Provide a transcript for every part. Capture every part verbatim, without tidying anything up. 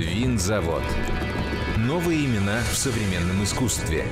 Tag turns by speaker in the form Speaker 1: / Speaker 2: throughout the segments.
Speaker 1: Винзавод. Новые имена в современном искусстве.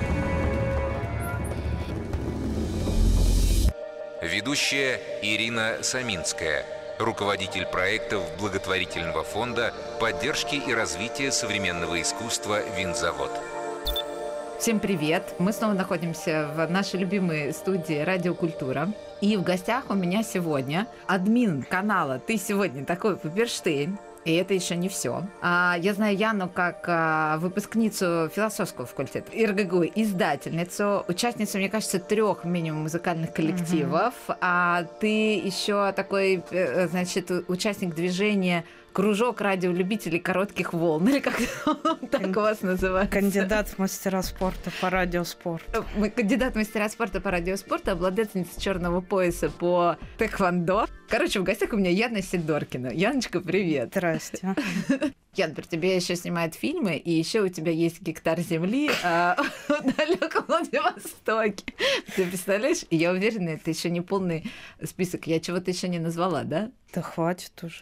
Speaker 1: Ведущая Ирина Саминская, руководитель проектов благотворительного фонда поддержки и развития современного искусства «Винзавод».
Speaker 2: Всем привет! Мы снова находимся в нашей любимой студии «Радио Культура». И в гостях у меня сегодня админ канала «Ты сегодня такой Пепперштейн». И это еще не все. А, я знаю Яну как а, выпускницу философского факультета ИРГГУ, издательницу, участницу, мне кажется, трех минимум музыкальных коллективов. Mm-hmm. А ты еще такой, значит, участник движения «Кружок радиолюбителей коротких волн», или как так у вас называется?
Speaker 3: Кандидат в мастера спорта по радиоспорту.
Speaker 2: Мы кандидат в мастера спорта по радиоспорту, обладательница черного пояса по тэквондо. Короче, в гостях у меня Яна Сидоркина. Яночка, привет.
Speaker 3: Здрасте.
Speaker 2: Ян, при тебе еще снимают фильмы, и еще у тебя есть гектар земли а, в далеком Владивостоке. Ты представляешь? И я уверена, это еще не полный список. Я чего-то еще не назвала, да?
Speaker 3: Да хватит уже.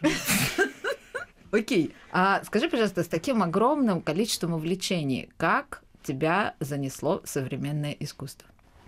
Speaker 2: Окей. А скажи, пожалуйста, с таким огромным количеством увлечений, как тебя занесло в современное искусство?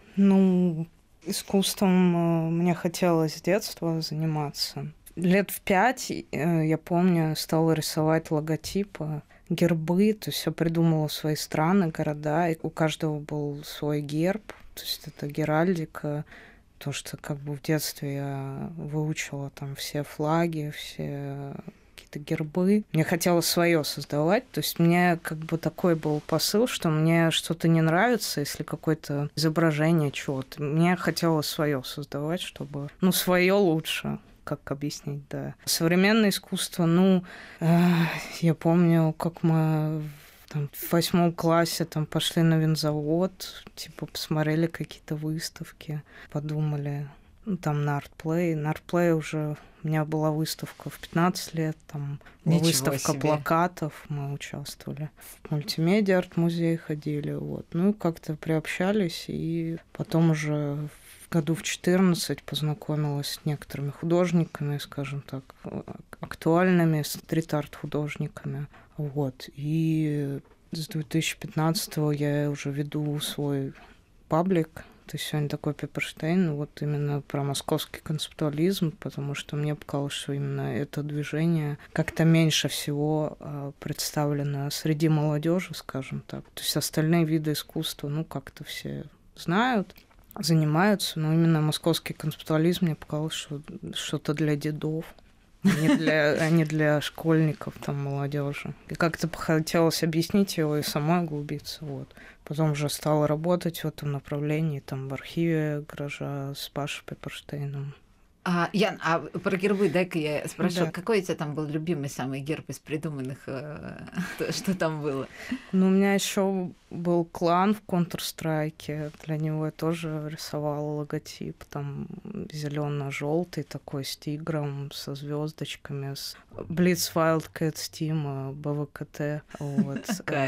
Speaker 3: Ну, искусством мне хотелось с детства заниматься. Лет в пять, я помню, стала рисовать логотипы, гербы, то есть все придумала свои страны, города, и у каждого был свой герб, то есть это геральдика, то, что как бы в детстве я выучила там все флаги, все гербы. Мне хотелось свое создавать. То есть мне как бы такой был посыл, что мне что-то не нравится, если какое-то изображение чего-то. Мне хотелось свое создавать, чтобы... Ну, свое лучше. Как объяснить, да. Современное искусство, ну, э, я помню, как мы там, в восьмом классе там, пошли на винзавод, типа посмотрели какие-то выставки, подумали... Ну, там на артплей. На артплей уже у меня была выставка в пятнадцать лет, там
Speaker 2: Ничего
Speaker 3: выставка
Speaker 2: себе.
Speaker 3: Плакатов, мы участвовали. В мультимедиа арт-музей ходили, вот. Ну, и как-то приобщались, и потом уже в году в четырнадцать познакомилась с некоторыми художниками, скажем так, актуальными стрит-арт художниками, вот. И с две тысячи пятнадцатого я уже веду свой паблик. То есть сегодня такой Пепперштейн, вот именно про московский концептуализм, потому что мне показалось, что именно это движение как-то меньше всего представлено среди молодежи, скажем так. То есть остальные виды искусства, ну, как-то все знают, занимаются, но именно московский концептуализм мне показалось, что что-то для дедов. Не для, а не для школьников, там, молодежи. И как-то хотелось объяснить его и самой углубиться. Вот. Потом уже стала работать в этом направлении, там, в архиве гаража с Пашей Пепперштейном.
Speaker 2: А, Ян, а про гербы, дай-ка я спрошу,
Speaker 3: Да.
Speaker 2: какой у тебя там был любимый самый герб из придуманных, что там было?
Speaker 3: Ну, у меня еще был клан в Counter-Strike, для него я тоже рисовала логотип, там зелено-желтый такой с тигром, со звездочками, с Blitz Wildcats Team, БВКТ. Вот.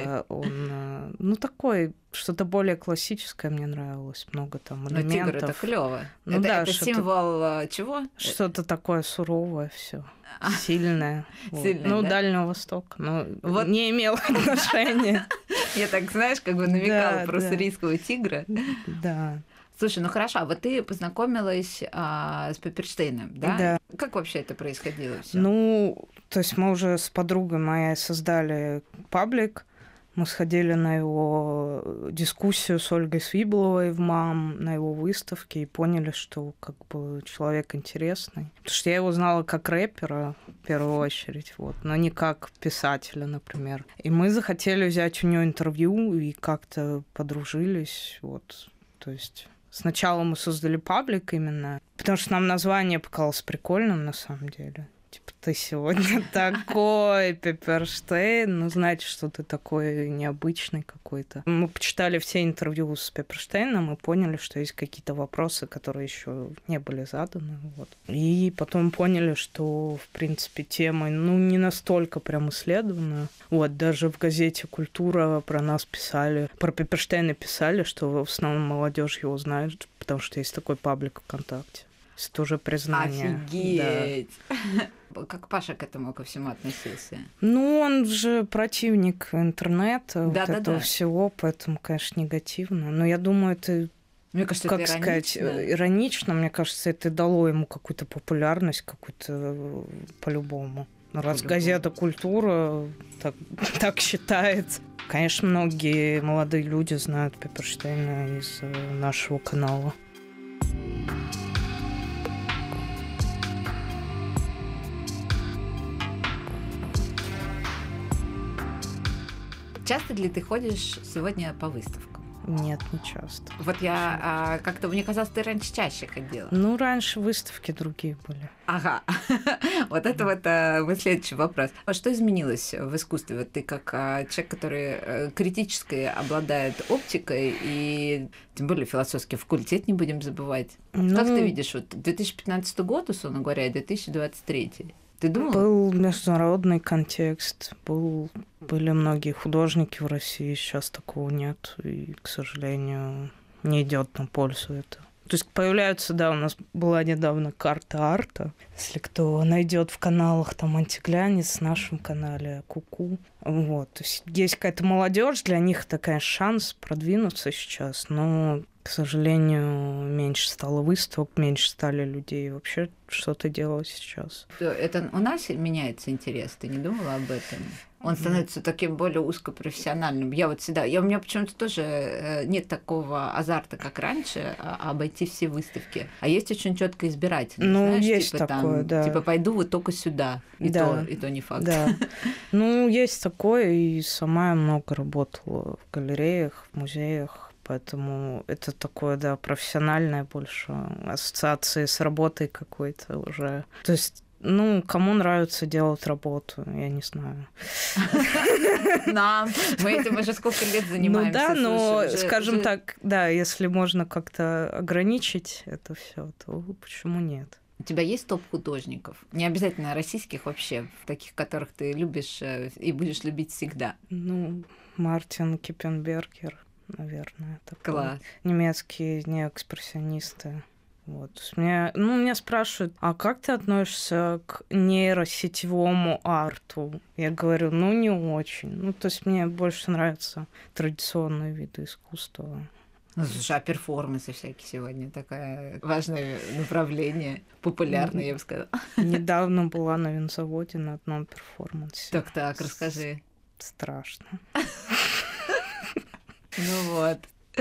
Speaker 3: Он, ну, такой, что-то более классическое мне нравилось, много там элементов.
Speaker 2: Но тигр — это клёво.
Speaker 3: Ну,
Speaker 2: это
Speaker 3: да,
Speaker 2: это символ чего?
Speaker 3: Что-то такое суровое все. Сильное.
Speaker 2: Сильное,
Speaker 3: ну,
Speaker 2: да?
Speaker 3: Дальнего Востока. Но
Speaker 2: Вот.
Speaker 3: не имел отношения.
Speaker 2: Я так, знаешь, как бы намекала
Speaker 3: Да,
Speaker 2: про
Speaker 3: да.
Speaker 2: сирийского тигра.
Speaker 3: Да.
Speaker 2: Слушай, ну хорошо, а вот ты познакомилась а, с Пепперштейном, да?
Speaker 3: Да.
Speaker 2: Как вообще это происходило всё?
Speaker 3: Ну, то есть мы уже с подругой моей создали паблик. Мы сходили на его дискуссию с Ольгой Свибловой в МАМ, на его выставке, и поняли, что как бы человек интересный. Потому что я его знала как рэпера, в первую очередь, вот, но не как писателя, например. И мы захотели взять у него интервью и как-то подружились, вот, то есть... Сначала мы создали паблик именно, потому что нам название показалось прикольным на самом деле. Типа, ты сегодня такой Пепперштейн, ну, значит, что ты такой необычный какой-то. Мы почитали все интервью с Пепперштейном и поняли, что есть какие-то вопросы, которые еще не были заданы. Вот. И потом поняли, что, в принципе, тема, ну, не настолько прям исследована. Вот, даже в газете «Культура» про нас писали, про Пепперштейна писали, что в основном молодежь его знает, потому что есть такой паблик ВКонтакте. Это тоже признание.
Speaker 2: Офигеть! Да. Как Паша к этому ко всему относился?
Speaker 3: Ну, он же противник интернета,
Speaker 2: да,
Speaker 3: вот
Speaker 2: да,
Speaker 3: этого
Speaker 2: да.
Speaker 3: всего, поэтому, конечно, негативно. Но я думаю, это,
Speaker 2: мне кажется,
Speaker 3: как
Speaker 2: это
Speaker 3: сказать,
Speaker 2: иронично.
Speaker 3: иронично. Мне кажется, это дало ему какую-то популярность, какую-то по-любому. Ну, раз
Speaker 2: по-любому.
Speaker 3: газета «Культура» так, так считает. Конечно, многие молодые люди знают Пепперштейна из нашего канала.
Speaker 2: Часто ли ты ходишь сегодня по выставкам?
Speaker 3: Нет, не часто.
Speaker 2: Вот я а, как-то, мне казалось, ты раньше чаще ходила.
Speaker 3: Ну, раньше выставки другие были.
Speaker 2: Ага. Вот это вот а, мой следующий вопрос. А что изменилось в искусстве? Вот ты как а, человек, который а, критически обладает оптикой, и тем более философский факультет не будем забывать.
Speaker 3: Ну,
Speaker 2: как ты видишь, вот две тысячи пятнадцатый год, условно говоря, и две тысячи двадцать третий? Ты думала?
Speaker 3: Был международный контекст, был, были многие художники в России, сейчас такого нет, и, к сожалению, не идет на пользу это. То есть появляются, да, у нас была недавно карта арта, если кто найдет в каналах там Антиглянец, в нашем канале Куку. Вот, то есть есть какая-то молодежь, для них это, конечно, шанс продвинуться сейчас, но, к сожалению, меньше стало выставок, меньше стали людей вообще что-то делать сейчас.
Speaker 2: Это у нас меняется интерес, ты не думала об этом? Он становится таким более узкопрофессиональным. Я вот всегда... Я, у меня почему-то тоже нет такого азарта, как раньше, а, обойти все выставки. А есть очень четко избирательно.
Speaker 3: Ну,
Speaker 2: знаешь,
Speaker 3: есть
Speaker 2: типа,
Speaker 3: такое,
Speaker 2: там,
Speaker 3: да.
Speaker 2: Типа, пойду вот только сюда. И,
Speaker 3: да.
Speaker 2: то, и то не факт.
Speaker 3: Да. Ну, есть такое, и сама я много работала в галереях, в музеях. Поэтому это такое, да, профессиональное больше, ассоциации с работой какой-то уже. То есть, ну, кому нравится делать работу, я не знаю.
Speaker 2: Нам. Мы этим уже сколько лет занимаемся.
Speaker 3: Ну да, но,
Speaker 2: слушай, уже,
Speaker 3: скажем
Speaker 2: уже...
Speaker 3: так, да, если можно как-то ограничить это все, то почему нет?
Speaker 2: У тебя есть топ художников? Не обязательно российских вообще, таких, которых ты любишь и будешь любить всегда.
Speaker 3: Ну, Мартин Киппенбергер. Наверное, такой.
Speaker 2: Класс.
Speaker 3: Немецкие неоэкспрессионисты. Вот. Меня, ну, меня спрашивают, а как ты относишься к нейросетевому арту? Я говорю, ну, не очень. Ну, то есть мне больше нравятся традиционные виды искусства.
Speaker 2: Ну, слушай, а перформансы всякие сегодня такое важное направление, популярное, я бы сказала.
Speaker 3: Недавно была на винзаводе на одном перформансе.
Speaker 2: Так-так, расскажи.
Speaker 3: Страшно.
Speaker 2: Ну вот.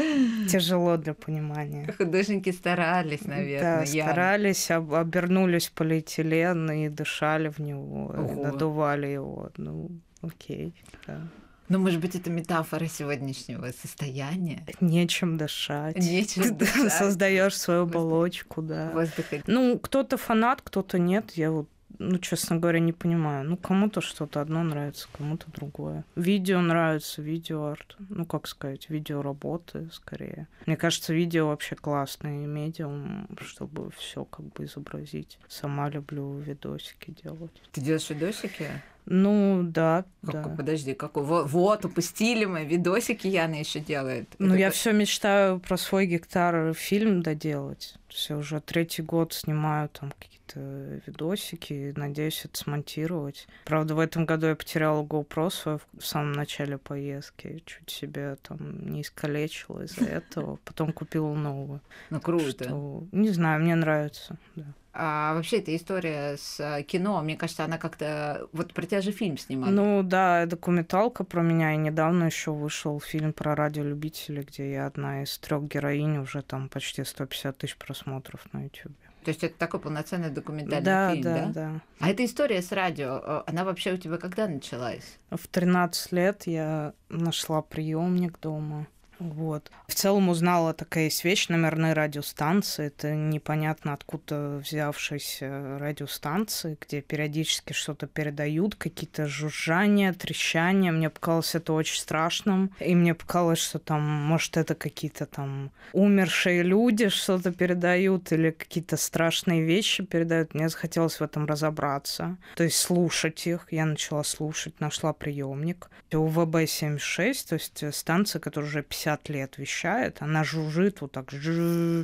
Speaker 3: Тяжело для понимания.
Speaker 2: Художники старались, наверное.
Speaker 3: Да, старались, об- обернулись в полиэтилен и дышали в него, и надували его. Ну, окей, да.
Speaker 2: Ну, может быть, это метафора сегодняшнего состояния.
Speaker 3: Нечем дышать.
Speaker 2: Нечем дышать.
Speaker 3: Создаешь свою оболочку, да.
Speaker 2: Воздуха.
Speaker 3: Ну, кто-то фанат, кто-то нет. Я вот, ну, честно говоря, не понимаю. Ну, кому-то что-то одно нравится, кому-то другое. Видео нравится, видеоарт. Ну, как сказать, видеоработы скорее. Мне кажется, видео вообще классный медиум, чтобы все как бы изобразить. Сама люблю видосики делать.
Speaker 2: Ты делаешь видосики?
Speaker 3: Ну, да,
Speaker 2: Какой,
Speaker 3: да.
Speaker 2: Подожди, какой? Вот, вот, упустили мы. Видосики Яна еще делает.
Speaker 3: Ну,
Speaker 2: Это
Speaker 3: я
Speaker 2: как...
Speaker 3: все мечтаю про свой гектар фильм доделать. То есть я уже третий год снимаю там какие-то видосики, надеюсь это смонтировать. Правда, в этом году я потеряла GoPro свою в самом начале поездки. Чуть себе там не искалечила из-за этого. Потом купила новую.
Speaker 2: Ну, круто.
Speaker 3: Что... Не знаю, мне нравится, да.
Speaker 2: А вообще эта история с кино, мне кажется, она как-то... Вот про тебя же фильм снимали.
Speaker 3: Ну да, документалка про меня. И недавно еще вышел фильм про радиолюбителей, где я одна из трех героинь, уже там почти сто пятьдесят тысяч просмотров на YouTube.
Speaker 2: То есть это такой полноценный документальный
Speaker 3: да,
Speaker 2: фильм,
Speaker 3: да?
Speaker 2: Да,
Speaker 3: да.
Speaker 2: А эта история с радио, она вообще у тебя когда началась?
Speaker 3: В тринадцать лет я нашла приемник дома. Вот. В целом узнала, такая есть вещь, номерные радиостанции. Это непонятно откуда взявшиеся радиостанции, где периодически что-то передают, какие-то жужжания, трещания. Мне показалось это очень страшным. И мне показалось, что там, может, это какие-то там умершие люди что-то передают или какие-то страшные вещи передают. Мне захотелось в этом разобраться. То есть слушать их. Я начала слушать, нашла приемник. У вэ бэ семьдесят шесть, то есть станция, которая уже пятьдесят лет вещает, она жужжит вот так, жужж,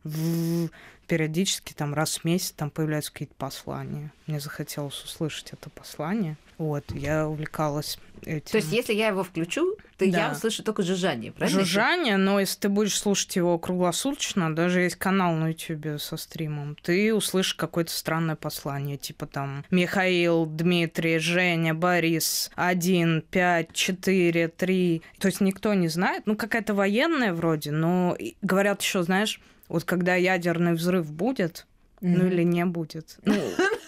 Speaker 3: в... периодически там раз в месяц там появляются какие-то послания. Мне захотелось услышать это послание. Вот, я увлекалась этим.
Speaker 2: То есть, если я его включу, то да. я услышу только жужжание, правильно?
Speaker 3: Жужжание, но если ты будешь слушать его круглосуточно, даже есть канал на Ютубе со стримом, ты услышишь какое-то странное послание, типа там Михаил, Дмитрий, Женя, Борис, один, пять, четыре, три. То есть никто не знает. Ну, какая-то военная вроде, но говорят еще, знаешь, вот когда ядерный взрыв будет, mm-hmm. ну или не будет, ну,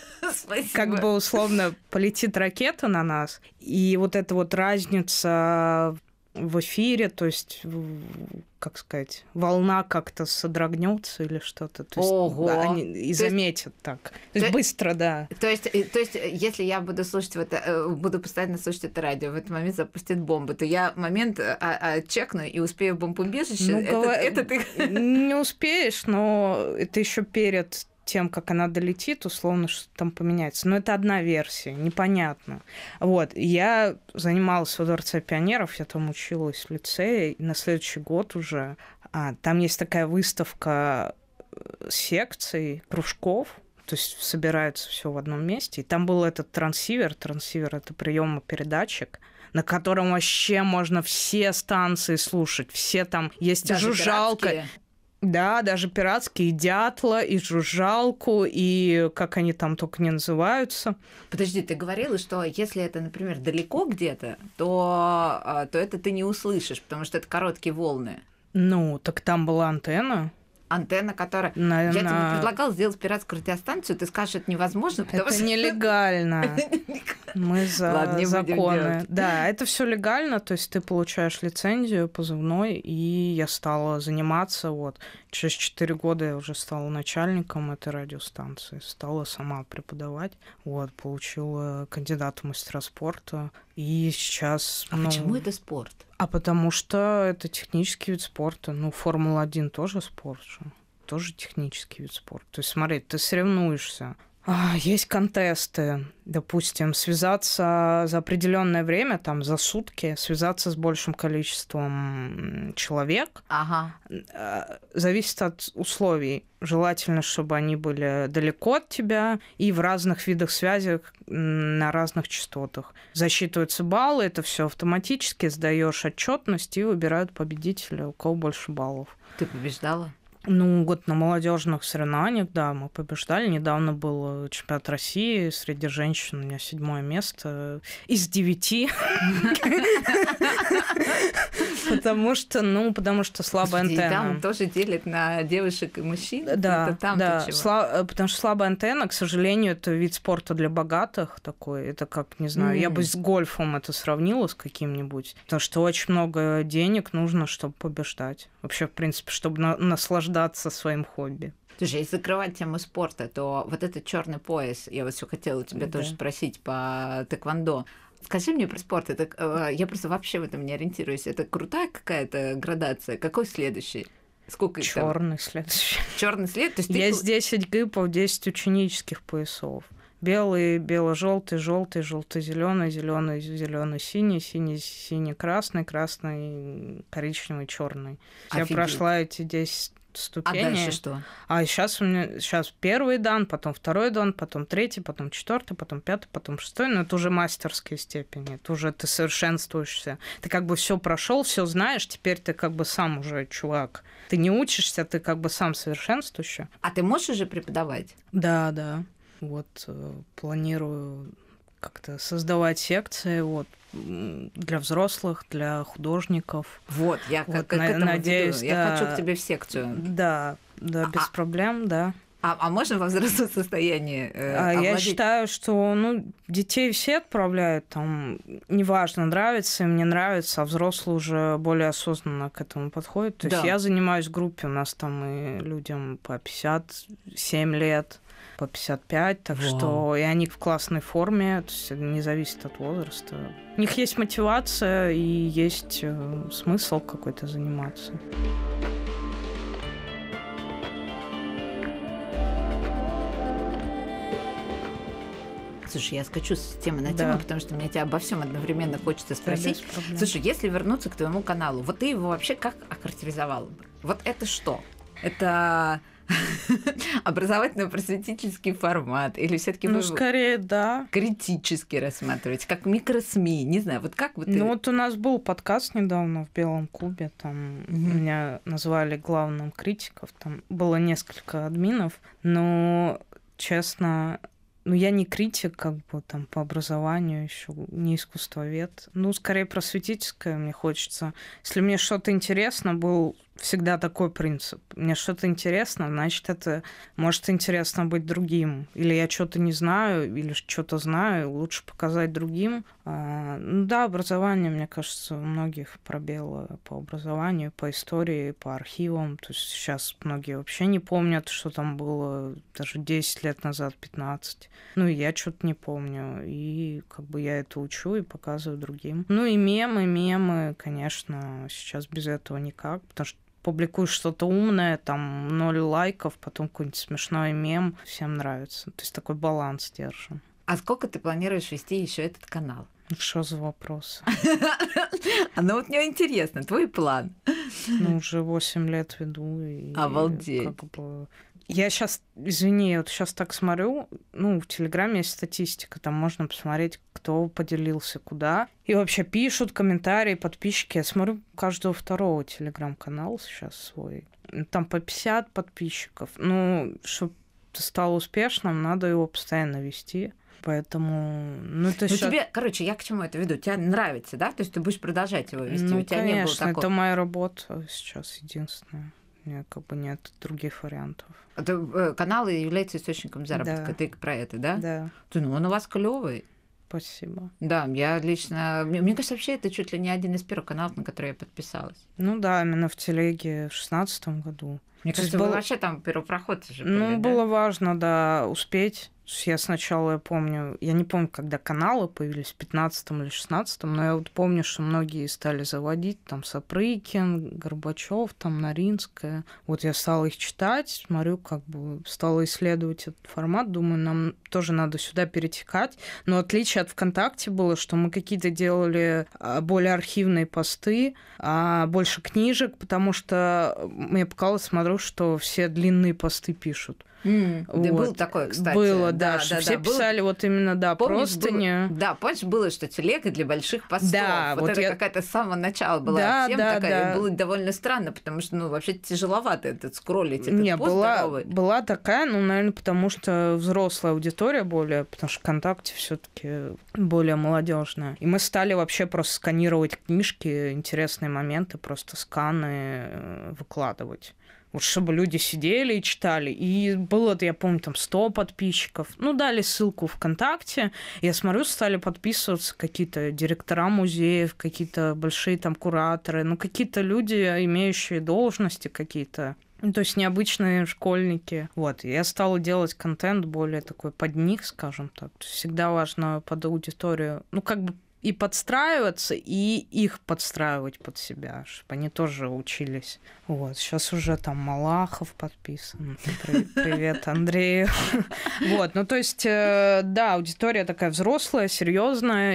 Speaker 3: как бы условно полетит ракета на нас, и вот эта вот разница в эфире, то есть, как сказать, волна как-то содрогнется или что-то. То есть,
Speaker 2: Ого!
Speaker 3: Они и
Speaker 2: то
Speaker 3: заметят
Speaker 2: есть,
Speaker 3: так. То есть то, быстро, да.
Speaker 2: То есть, то есть, если я буду слушать вот, буду постоянно слушать это радио, в этот момент запустит бомбу, то я момент а, а, чекну и успею в бомбоубежище.
Speaker 3: Ну,
Speaker 2: это,
Speaker 3: гов...
Speaker 2: это ты...
Speaker 3: Не успеешь, но это еще перед тем, как она долетит, условно, что там поменяется. Но это одна версия, непонятно. Вот. Я занималась во Дворце пионеров, я там училась в лицее, и на следующий год уже а, там есть такая выставка секций, кружков, то есть собирается все в одном месте. И там был этот трансивер. Трансивер — это приемопередатчик, на котором вообще можно все станции слушать. Все там есть даже жужжалка. Пиратские. Да, даже пиратские, и дятла, и жужжалку, и как они там только не называются.
Speaker 2: Подожди, ты говорила, что если это, например, далеко где-то, то, то это ты не услышишь, потому что это короткие волны.
Speaker 3: Ну, так там была антенна.
Speaker 2: Антенна, которая...
Speaker 3: На,
Speaker 2: Я
Speaker 3: на...
Speaker 2: тебе предлагала сделать пиратскую радиостанцию, ты скажешь, это невозможно, потому
Speaker 3: это
Speaker 2: что...
Speaker 3: нелегально. Мы за
Speaker 2: Ладно,
Speaker 3: законы. Да, это все легально, то есть ты получаешь лицензию позывной, и я стала заниматься, вот, через четыре года я уже стала начальником этой радиостанции, стала сама преподавать, вот, получила кандидата в мастера спорта, и сейчас...
Speaker 2: А ну... почему это спорт?
Speaker 3: А потому что это технический вид спорта. Ну, Формула один тоже спорт же. Тоже технический вид спорта. То есть, смотри, ты соревнуешься. А, есть контесты. Допустим, связаться за определенное время, там, за сутки, связаться с большим количеством человек.
Speaker 2: Ага.
Speaker 3: Зависит от условий. Желательно, чтобы они были далеко от тебя и в разных видах связи на разных частотах. Засчитываются баллы, это все автоматически, сдаешь отчетность и выбирают победителя, у кого больше баллов.
Speaker 2: Ты побеждала?
Speaker 3: Ну, год на молодежных соревнованиях, да, мы побеждали. Недавно был чемпионат России среди женщин. У меня седьмое место из девяти. Потому что, ну, потому что слабая антенна.
Speaker 2: Там тоже делят на девушек и мужчин.
Speaker 3: Да, да. Потому что слабая антенна, к сожалению, это вид спорта для богатых такой. Это как, не знаю, я бы с гольфом это сравнила с каким-нибудь. Потому что очень много денег нужно, чтобы побеждать. Вообще, в принципе, чтобы наслаждаться своим хобби.
Speaker 2: Слушай, если закрывать тему спорта, то вот этот черный пояс, я вот все хотела у тебя да. тоже спросить по тэквондо. Скажи мне про спорт. Это, я просто вообще в этом не ориентируюсь. Это крутая какая-то градация? Какой следующий? Сколько их там?
Speaker 3: Чёрный следующий.
Speaker 2: Черный след? То есть
Speaker 3: есть
Speaker 2: ты...
Speaker 3: десять гипов, десять ученических поясов. Белый, бело-желтый, желтый, желто-зеленый, зеленый, зеленый, синий, синий, синий, красный, красный, коричневый, черный. Я прошла эти десять ступеней.
Speaker 2: А дальше что?
Speaker 3: А сейчас у меня сейчас первый дан, потом второй дан, потом третий, потом четвертый, потом пятый, потом шестой. Но это уже мастерские степени. Это уже ты совершенствуешься. Ты как бы все прошел, все знаешь. Теперь ты как бы сам уже чувак. Ты не учишься, ты как бы сам совершенствуешься.
Speaker 2: А ты можешь уже преподавать?
Speaker 3: Да, да. Вот э, планирую как-то создавать секции вот, для взрослых, для художников.
Speaker 2: Вот, я
Speaker 3: вот,
Speaker 2: как, как
Speaker 3: на,
Speaker 2: к этому
Speaker 3: надеюсь,
Speaker 2: веду.
Speaker 3: да,
Speaker 2: Я хочу к тебе в секцию.
Speaker 3: Да, да, без а, проблем, да.
Speaker 2: А, а можно во взрослом состоянии э,
Speaker 3: а
Speaker 2: овладеть?
Speaker 3: Я считаю, что ну, детей все отправляют, там, неважно, нравится им, не нравится, а взрослые уже более осознанно к этому подходят. То да. есть я занимаюсь в группе, у нас там и людям по пятьдесят семь лет, по пятьдесят пять, так Вау. Что и они в классной форме, то есть не зависит от возраста. У них есть мотивация и есть э, смысл какой-то заниматься.
Speaker 2: Слушай, я скачу с темы на тему, да. потому что мне тебя обо всем одновременно хочется спросить. Слушай, если вернуться к твоему каналу, вот ты его вообще как охарактеризовала бы? Вот это что? Это образовательно-просветительский формат? Или все-таки
Speaker 3: Ну,
Speaker 2: вы
Speaker 3: скорее, да.
Speaker 2: критически рассматриваете, как микросми? Не знаю, вот как вот...
Speaker 3: Ну, вот у нас был подкаст недавно в Белом Кубе, там
Speaker 2: Мгм.
Speaker 3: меня назвали главным критиком, там было несколько админов, но, честно, ну, я не критик, как бы, там, по образованию еще, не искусствовед. Ну, скорее, просветительское мне хочется. Если мне что-то интересно, был всегда такой принцип. Мне что-то интересно, значит, это может интересно быть другим. Или я что-то не знаю, или что-то знаю, лучше показать другим. А, ну да, образование, мне кажется, у многих пробелы по образованию, по истории, по архивам. То есть сейчас многие вообще не помнят, что там было даже десять лет назад, пятнадцать. Ну, и я что-то не помню. И как бы я это учу и показываю другим. Ну, и мемы, мемы, конечно, сейчас без этого никак, потому что публикуешь что-то умное, там ноль лайков, потом какой-нибудь смешной мем, всем нравится. То есть такой баланс держим.
Speaker 2: А сколько ты планируешь вести еще этот канал?
Speaker 3: Что за вопрос?
Speaker 2: А ну вот мне интересно, твой план.
Speaker 3: Ну, уже восемь лет веду. И
Speaker 2: Обалдеть.
Speaker 3: Как бы... Я сейчас, извини, вот сейчас так смотрю, ну, в Телеграме есть статистика, там можно посмотреть, кто поделился куда. И вообще пишут комментарии, подписчики. Я смотрю каждого второго Телеграм-канала сейчас свой. Там по пятьдесят подписчиков. Ну, чтобы ты стал успешным, надо его постоянно вести. Поэтому, ну, это
Speaker 2: Ну,
Speaker 3: щас-
Speaker 2: тебе, короче, я к чему это веду? Тебе нравится, да? То есть ты будешь продолжать его вести?
Speaker 3: Ну,
Speaker 2: У тебя
Speaker 3: конечно,
Speaker 2: не было такого...
Speaker 3: это моя работа сейчас единственная. У меня как бы нет других вариантов.
Speaker 2: Это, э, канал является источником заработка.
Speaker 3: Да.
Speaker 2: Ты про это, да?
Speaker 3: Да,
Speaker 2: Ты, ну, он у вас клевый.
Speaker 3: спасибо.
Speaker 2: Да, я лично... Мне, мне кажется, вообще это чуть ли не один из первых каналов, на который я подписалась.
Speaker 3: Ну да, именно в телеге в шестнадцатом году.
Speaker 2: Мне
Speaker 3: То есть
Speaker 2: кажется, вы
Speaker 3: было-
Speaker 2: вообще там первопроходцы же были,
Speaker 3: Ну,
Speaker 2: да?
Speaker 3: было важно, да, успеть. Я сначала, я помню, я не помню, когда каналы появились, в пятнадцатом или шестнадцатом, но я вот помню, что многие стали заводить, там, Сапрыкин, Горбачев, там, Наринская. Вот я стала их читать, смотрю, как бы стала исследовать этот формат, думаю, нам тоже надо сюда перетекать. Но отличие от ВКонтакте было, что мы какие-то делали а, более архивные посты, а больше книжек, потому что мне показалось, смотрю, что все длинные посты пишут.
Speaker 2: М, да,
Speaker 3: Вот.
Speaker 2: было такое, кстати.
Speaker 3: Было, да, что все
Speaker 2: было-
Speaker 3: писали вот именно, да,
Speaker 2: Помнишь,
Speaker 3: простыни.
Speaker 2: было- да, помнишь, было, что телега для больших постов.
Speaker 3: Да,
Speaker 2: вот,
Speaker 3: вот
Speaker 2: это
Speaker 3: я-
Speaker 2: какая-то с самого начала была
Speaker 3: Да,
Speaker 2: тема
Speaker 3: да,
Speaker 2: такая.
Speaker 3: да.
Speaker 2: И было довольно странно, потому что, ну, вообще тяжеловато этот скроллить, этот
Speaker 3: Не,
Speaker 2: пост
Speaker 3: была,
Speaker 2: здоровый.
Speaker 3: была такая, ну, наверное, потому что взрослая аудитория более, потому что ВКонтакте все-таки более молодежная. И мы стали вообще просто сканировать книжки, интересные моменты, просто сканы э, выкладывать. Вот чтобы люди сидели и читали. И было, я помню, там сто подписчиков. Ну, дали ссылку ВКонтакте. Я смотрю, стали подписываться какие-то директора музеев, какие-то большие там кураторы, ну, какие-то люди, имеющие должности какие-то. Ну, то есть необычные школьники. Вот. И я стала делать контент более такой под них, скажем так. То есть всегда важно под аудиторию, ну, как бы и подстраиваться, и их подстраивать под себя, чтобы они тоже учились. Вот. Сейчас уже там Малахов подписан. При- Привет, Андрею. Вот. Ну, то есть, э, да, аудитория такая взрослая, серьезная,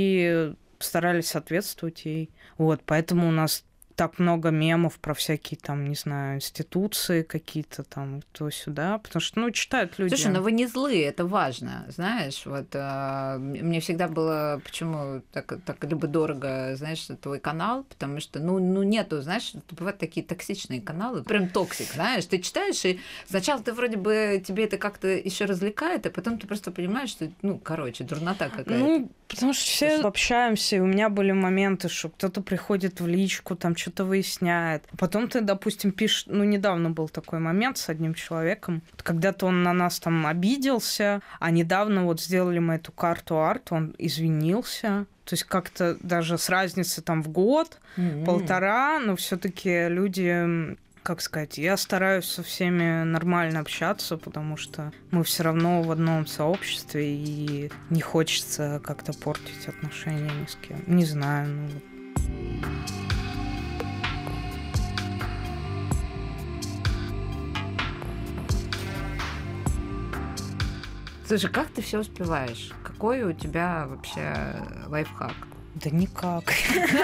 Speaker 3: и старались соответствовать ей. Вот. Поэтому у нас так много мемов про всякие там, не знаю, институции какие-то там, то сюда, потому что, ну, читают люди.
Speaker 2: Слушай, ну вы не злые, это важно, знаешь, вот а, мне всегда было, почему так, так любо-дорого, знаешь, твой канал, потому что, ну, ну нету, знаешь, бывают такие токсичные каналы, прям токсик, знаешь, ты читаешь, и сначала ты вроде бы, тебе это как-то еще развлекает, а потом ты просто понимаешь, что, ну, короче, дурнота какая-то.
Speaker 3: Ну, потому что все общаемся, и у меня были моменты, что кто-то приходит в личку, там что-то выясняет. Потом ты, допустим, пишешь... Ну, недавно был такой момент с одним человеком. Когда-то он на нас там обиделся, а недавно вот сделали мы эту карту арт, он извинился. То есть как-то даже с разницей там в год,
Speaker 2: М-м.
Speaker 3: полтора, но все таки люди... Как сказать, я стараюсь со всеми нормально общаться, потому что мы все равно в одном сообществе, и не хочется как-то портить отношения ни с кем. Не знаю, ну...
Speaker 2: Слушай, как ты все успеваешь? Какой у тебя вообще лайфхак?
Speaker 3: Да никак.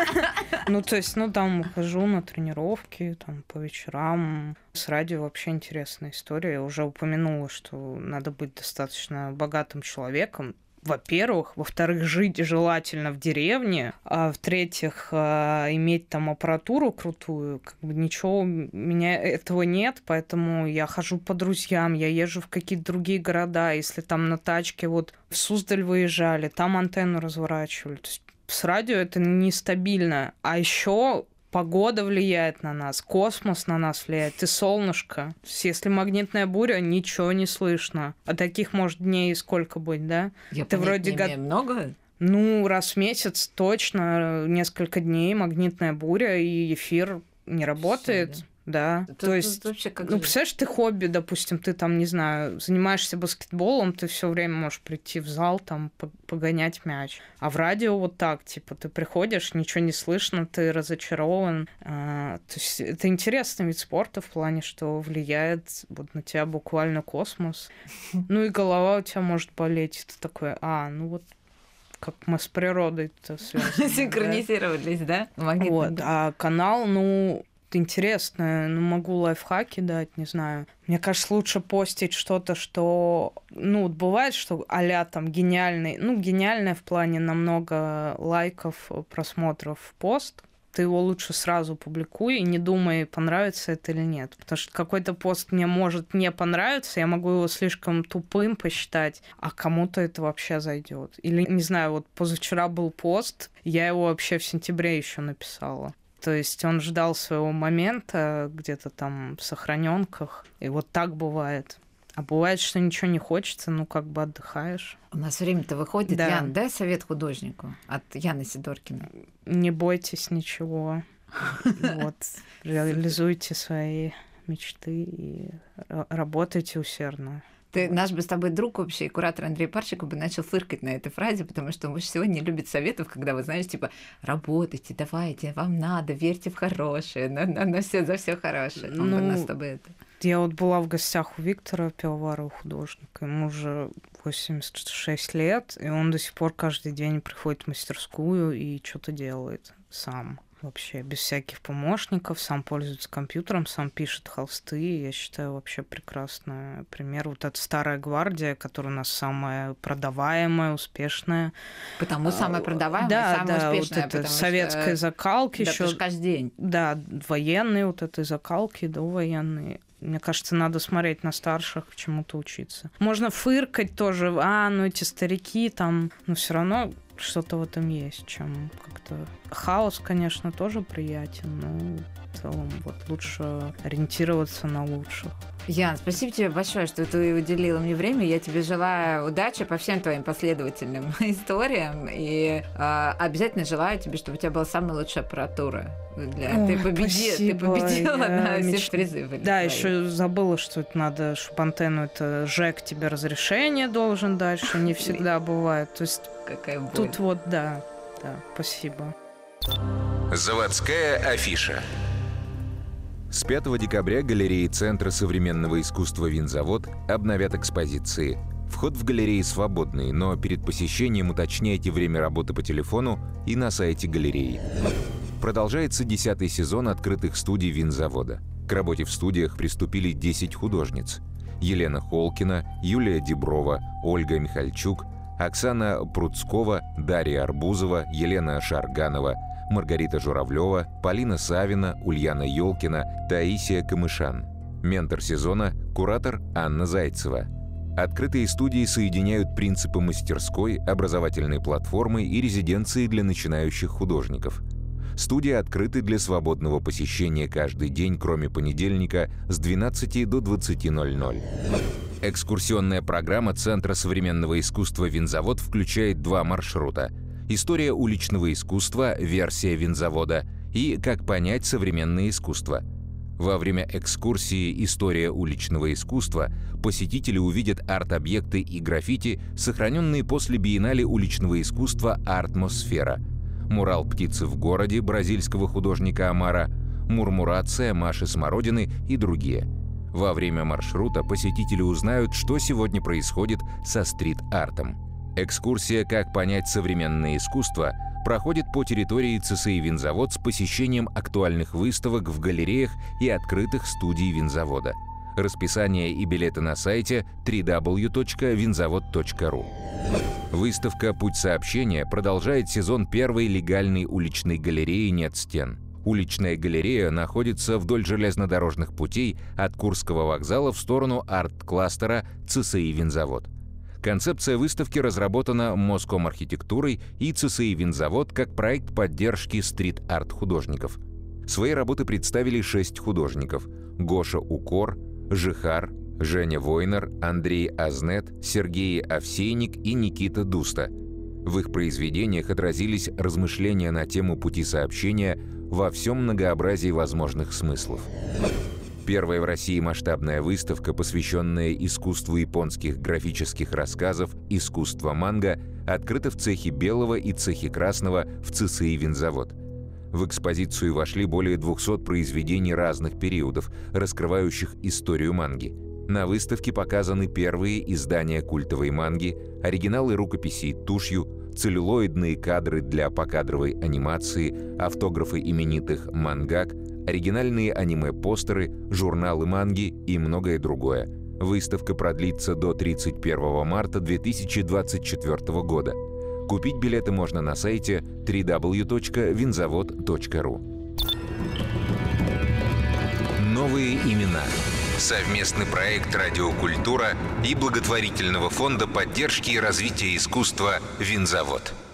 Speaker 3: Ну, то есть, ну, там хожу на тренировки, там, по вечерам. С радио вообще интересная история. Я уже упомянула, что надо быть достаточно богатым человеком. Во-первых. Во-вторых, жить желательно в деревне. А в-третьих, иметь там аппаратуру крутую. Как бы ничего, у меня этого нет, поэтому я хожу по друзьям, я езжу в какие-то другие города. Если там на тачке вот в Суздаль выезжали, там антенну разворачивали. То есть с радио это нестабильно. А еще погода влияет на нас, космос на нас влияет, и солнышко. Если магнитная буря, ничего не слышно. А таких, может, дней сколько быть, да?
Speaker 2: Я
Speaker 3: это вроде
Speaker 2: не имею, много?
Speaker 3: Ну, раз в месяц точно, несколько дней магнитная буря, и эфир не работает.
Speaker 2: Все, да?
Speaker 3: Да,
Speaker 2: Тут,
Speaker 3: то есть,
Speaker 2: вообще как
Speaker 3: ну,
Speaker 2: же...
Speaker 3: представляешь, ты хобби, допустим, ты там, не знаю, занимаешься баскетболом, ты все время можешь прийти в зал, там, погонять мяч. А в радио вот так, типа, ты приходишь, ничего не слышно, ты разочарован. А, то есть это интересный вид спорта в плане, что влияет вот на тебя буквально космос. Ну и голова у тебя может болеть, и ты такой, а, ну вот как мы с природой-то связаны.
Speaker 2: Синхронизировались, да?
Speaker 3: Вот, а канал, ну... интересно, ну, могу лайфхаки дать, не знаю. Мне кажется, лучше постить что-то, что... Ну, вот бывает, что а-ля там гениальный... Ну, гениальное в плане намного лайков, просмотров пост. Ты его лучше сразу публикуй и не думай, понравится это или нет. Потому что какой-то пост мне может не понравиться, я могу его слишком тупым посчитать, а кому-то это вообще зайдет. Или, не знаю, вот позавчера был пост, я его вообще в сентябре еще написала. То есть он ждал своего момента где-то там в сохраненках. И вот так бывает. А бывает, что ничего не хочется, ну как бы отдыхаешь.
Speaker 2: У нас время-то выходит.
Speaker 3: Да.
Speaker 2: Ян, дай совет художнику от Яны Сидоркиной.
Speaker 3: Не бойтесь ничего. Вот. Реализуйте свои мечты и работайте усердно.
Speaker 2: Ты, наш бы с тобой друг общий, куратор Андрей Парчиков, бы начал фыркать на этой фразе, потому что он больше всего не любит советов, когда вы знаете, типа, работайте, давайте, вам надо, верьте в хорошее, на, на, на все, за все хорошее. Он
Speaker 3: ну,
Speaker 2: бы нас с тобой это...
Speaker 3: Я вот была в гостях у Виктора Пивоварова, художника, ему уже восемьдесят шесть лет, и он до сих пор каждый день приходит в мастерскую и что-то делает сам. Вообще без всяких помощников, сам пользуется компьютером, сам пишет холсты. Я считаю, вообще прекрасный пример. Вот эта старая гвардия, которая у нас самая продаваемая, успешная.
Speaker 2: Потому самая продаваемая,
Speaker 3: да,
Speaker 2: самая
Speaker 3: да,
Speaker 2: успешная.
Speaker 3: Вот это советской
Speaker 2: что...
Speaker 3: закалки
Speaker 2: да,
Speaker 3: еще.
Speaker 2: каждый день.
Speaker 3: Да, военные вот этой закалки, довоенные. Мне кажется, надо смотреть на старших, чему-то учиться. Можно фыркать тоже, а, ну эти старики там, но все равно что-то в этом есть, чем как-то... Хаос, конечно, тоже приятен, но в целом вот лучше ориентироваться на лучших.
Speaker 2: Ян, спасибо тебе большое, что ты уделила мне время. Я тебе желаю удачи по всем твоим последовательным историям. И э, обязательно желаю тебе, чтобы у тебя была самая лучшая аппаратура. Для...
Speaker 3: Ой,
Speaker 2: ты, победи... ты победила
Speaker 3: я
Speaker 2: на
Speaker 3: меч...
Speaker 2: все призывы.
Speaker 3: Да,
Speaker 2: твои.
Speaker 3: еще забыла, что это надо, чтобы антенну это ЖЭК тебе разрешение должен дать, что не всегда бывает. То есть
Speaker 2: какая боль.
Speaker 3: Тут вот, да, да, спасибо.
Speaker 1: Заводская афиша. С пятого декабря галереи Центра современного искусства «Винзавод» обновят экспозиции. Вход в галереи свободный, но перед посещением уточняйте время работы по телефону и на сайте галереи. Продолжается десятый сезон открытых студий «Винзавода». К работе в студиях приступили десять художниц. Елена Холкина, Юлия Деброва, Ольга Михальчук, Оксана Пруцкова, Дарья Арбузова, Елена Шарганова, Маргарита Журавлева, Полина Савина, Ульяна Ёлкина, Таисия Камышан. Ментор сезона – куратор Анна Зайцева. Открытые студии соединяют принципы мастерской, образовательной платформы и резиденции для начинающих художников. Студии открыты для свободного посещения каждый день, кроме понедельника, с двенадцати до двадцати ноль-ноль. Экскурсионная программа Центра современного искусства «Винзавод» включает два маршрута. История уличного искусства, версия «Винзавода» и «Как понять современное искусство». Во время экскурсии «История уличного искусства» посетители увидят арт-объекты и граффити, сохраненные после биеннале уличного искусства «Артмосфера». Мурал «Птицы в городе» бразильского художника Амара, мурмурация Маши Смородины и другие. Во время маршрута посетители узнают, что сегодня происходит со стрит-артом. Экскурсия «Как понять современное искусство» проходит по территории ЦСИ «Винзавод» с посещением актуальных выставок в галереях и открытых студий винзавода. Расписание и билеты на сайте дабл ю дабл ю дабл ю точка винзавод точка ру. Выставка «Путь сообщения» продолжает сезон первой легальной уличной галереи «Нет стен». Уличная галерея находится вдоль железнодорожных путей от Курского вокзала в сторону арт-кластера ЦСИ «Винзавод». Концепция выставки разработана Моском-архитектурой и ЦСИ «Винзавод» как проект поддержки стрит-арт-художников. Свои работы представили шесть художников – Гоша Укор, Жихар, Женя Войнер, Андрей Азнет, Сергей Овсейник и Никита Дуста. В их произведениях отразились размышления на тему пути сообщения во всем многообразии возможных смыслов. Первая в России масштабная выставка, посвященная искусству японских графических рассказов «Искусство манго», открыта в цехе белого и цехе красного в ЦСИ «Винзавод». В экспозицию вошли более двухсот произведений разных периодов, раскрывающих историю манги. На выставке показаны первые издания культовой манги, оригиналы рукописей тушью, целлюлоидные кадры для покадровой анимации, автографы именитых мангак, оригинальные аниме-постеры, журналы манги и многое другое. Выставка продлится до тридцать первого марта две тысячи двадцать четвёртого года. Купить билеты можно на сайте дабл ю дабл ю дабл ю точка винзавод точка ру. Новые имена. Совместный проект «Радиокультура» и благотворительного фонда поддержки и развития искусства «Винзавод».